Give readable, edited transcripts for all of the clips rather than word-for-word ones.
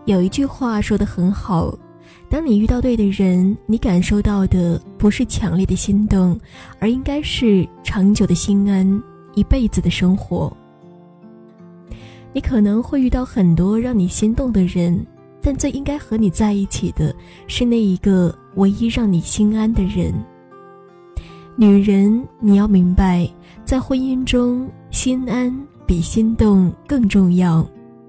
有一句话说得很好，当你遇到对的人，你感受到的不是强烈的心动，而应该是长久的心安，一辈子的生活。你可能会遇到很多让你心动的人，但最应该和你在一起的是那一个唯一让你心安的人。女人，你要明白，在婚姻中，心安比心动更重要。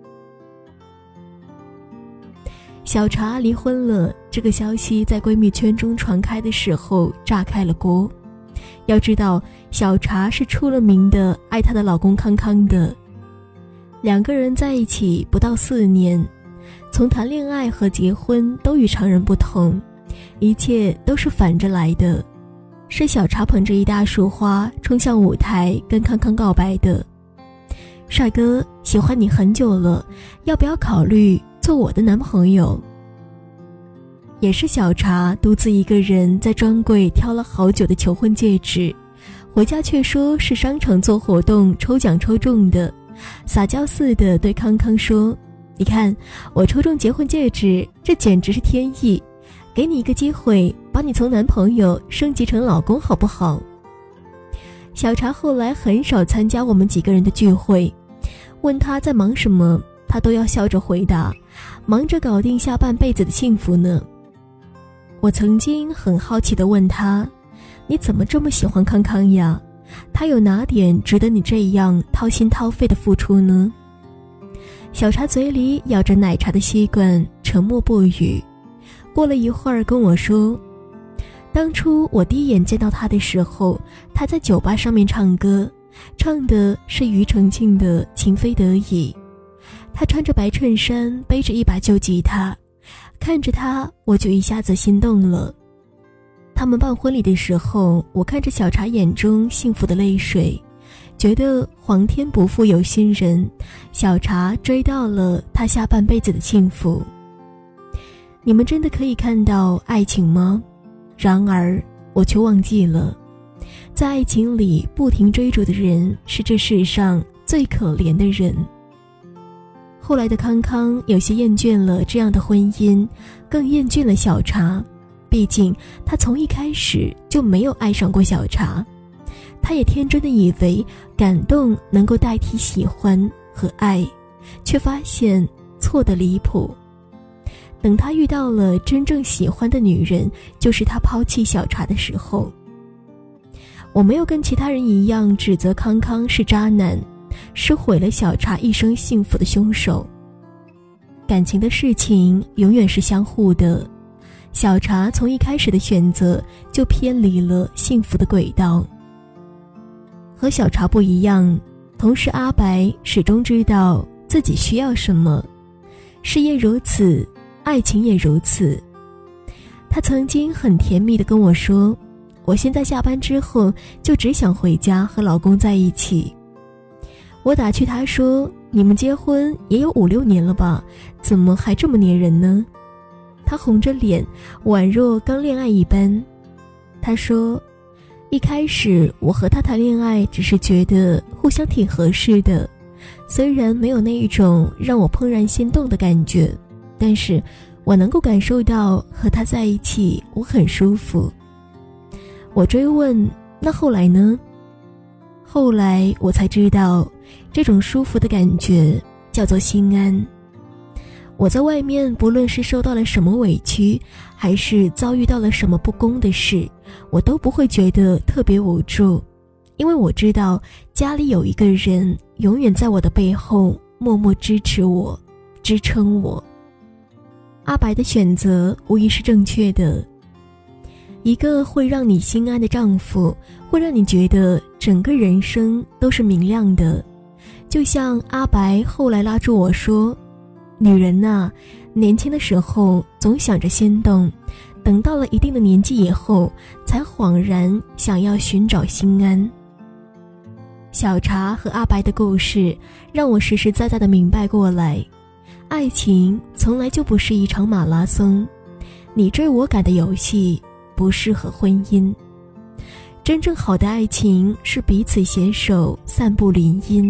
小茶离婚了，这个消息在闺蜜圈中传开的时候炸开了锅。要知道，小茶是出了名的爱她的老公康康的。两个人在一起不到4年，从谈恋爱和结婚都与常人不同，一切都是反着来的。是小茶捧着一大束花冲向舞台跟康康告白的。帅哥，喜欢你很久了，要不要考虑做我的男朋友？也是小茶独自一个人在专柜挑了好久的求婚戒指，回家却说是商场做活动抽奖抽中的，撒娇似的对康康说，你看我抽中结婚戒指，这简直是天意，给你一个机会，把你从男朋友升级成老公好不好？小茶后来很少参加我们几个人的聚会，问他在忙什么，他都要笑着回答，忙着搞定下半辈子的幸福呢。我曾经很好奇地问他，你怎么这么喜欢康康呀？他有哪点值得你这样掏心掏肺的付出呢？小茶嘴里咬着奶茶的吸管，沉默不语。过了一会儿跟我说，当初我第一眼见到他的时候，他在酒吧上面唱歌，唱的是庾澄庆的《情非得已》。他穿着白衬衫，背着一把旧吉他，看着他我就一下子心动了。他们办婚礼的时候，我看着小茶眼中幸福的泪水，觉得皇天不负有心人，小茶追到了他下半辈子的幸福。你们真的可以看到爱情吗？然而我却忘记了，在爱情里不停追逐的人是这世上最可怜的人。后来的康康有些厌倦了这样的婚姻，更厌倦了小茶，毕竟他从一开始就没有爱上过小茶。他也天真的以为感动能够代替喜欢和爱，却发现错得离谱。等他遇到了真正喜欢的女人，就是他抛弃小茶的时候。我没有跟其他人一样指责康康是渣男，是毁了小茶一生幸福的凶手。感情的事情永远是相互的，小茶从一开始的选择就偏离了幸福的轨道。和小茶不一样，同时阿白始终知道自己需要什么，事业如此，爱情也如此。他曾经很甜蜜地跟我说，我现在下班之后就只想回家和老公在一起。我打趣他说，你们结婚也有5、6年了吧，怎么还这么黏人呢？他红着脸，宛若刚恋爱一般。他说，一开始我和他谈恋爱只是觉得互相挺合适的，虽然没有那一种让我怦然心动的感觉，但是我能够感受到和他在一起我很舒服。我追问，那后来呢？后来我才知道，这种舒服的感觉叫做心安。我在外面不论是受到了什么委屈，还是遭遇到了什么不公的事，我都不会觉得特别无助，因为我知道家里有一个人永远在我的背后默默支持我，支撑我。阿白的选择无疑是正确的，一个会让你心安的丈夫，会让你觉得整个人生都是明亮的。就像阿白后来拉住我说，女人呐，年轻的时候总想着心动，等到了一定的年纪以后，才恍然想要寻找心安。小茶和阿白的故事让我实实在在地明白过来，爱情从来就不是一场马拉松，你追我赶的游戏不适合婚姻。真正好的爱情是彼此携手散步林荫，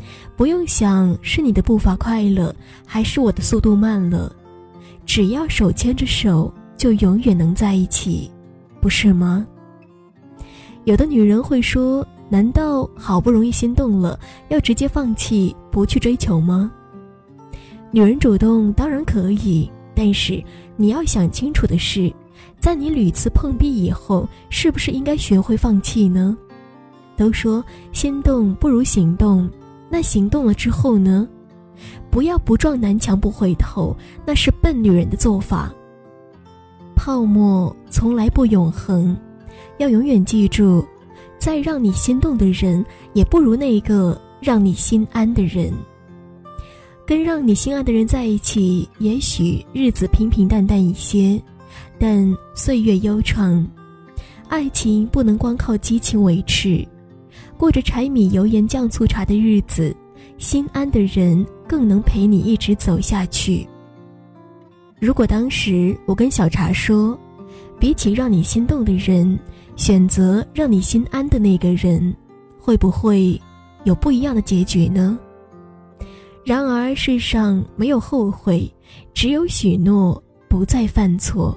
不用想是你的步伐快了，还是我的速度慢了，只要手牵着手，就永远能在一起，不是吗？有的女人会说，难道好不容易心动了，要直接放弃，不去追求吗？女人主动当然可以，但是你要想清楚的是，在你屡次碰壁以后，是不是应该学会放弃呢？都说心动不如行动，那行动了之后呢？不要不撞南墙不回头，那是笨女人的做法。泡沫从来不永恒，要永远记住，再让你心动的人，也不如那个让你心安的人。跟让你心安的人在一起，也许日子平平淡淡一些，但岁月悠长。爱情不能光靠激情维持，过着柴米油盐酱醋茶的日子，心安的人更能陪你一直走下去。如果当时我跟小茶说，比起让你心动的人，选择让你心安的那个人，会不会有不一样的结局呢？然而世上没有后悔，只有许诺不再犯错。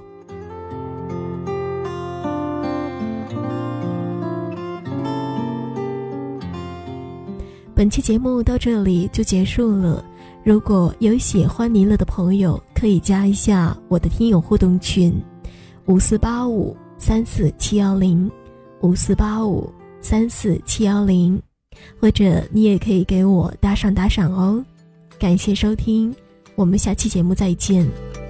本期节目到这里就结束了，如果有喜欢尼乐的朋友，可以加一下我的听友互动群5485-34710 5485-34710，或者你也可以给我打赏哦。感谢收听，我们下期节目再见。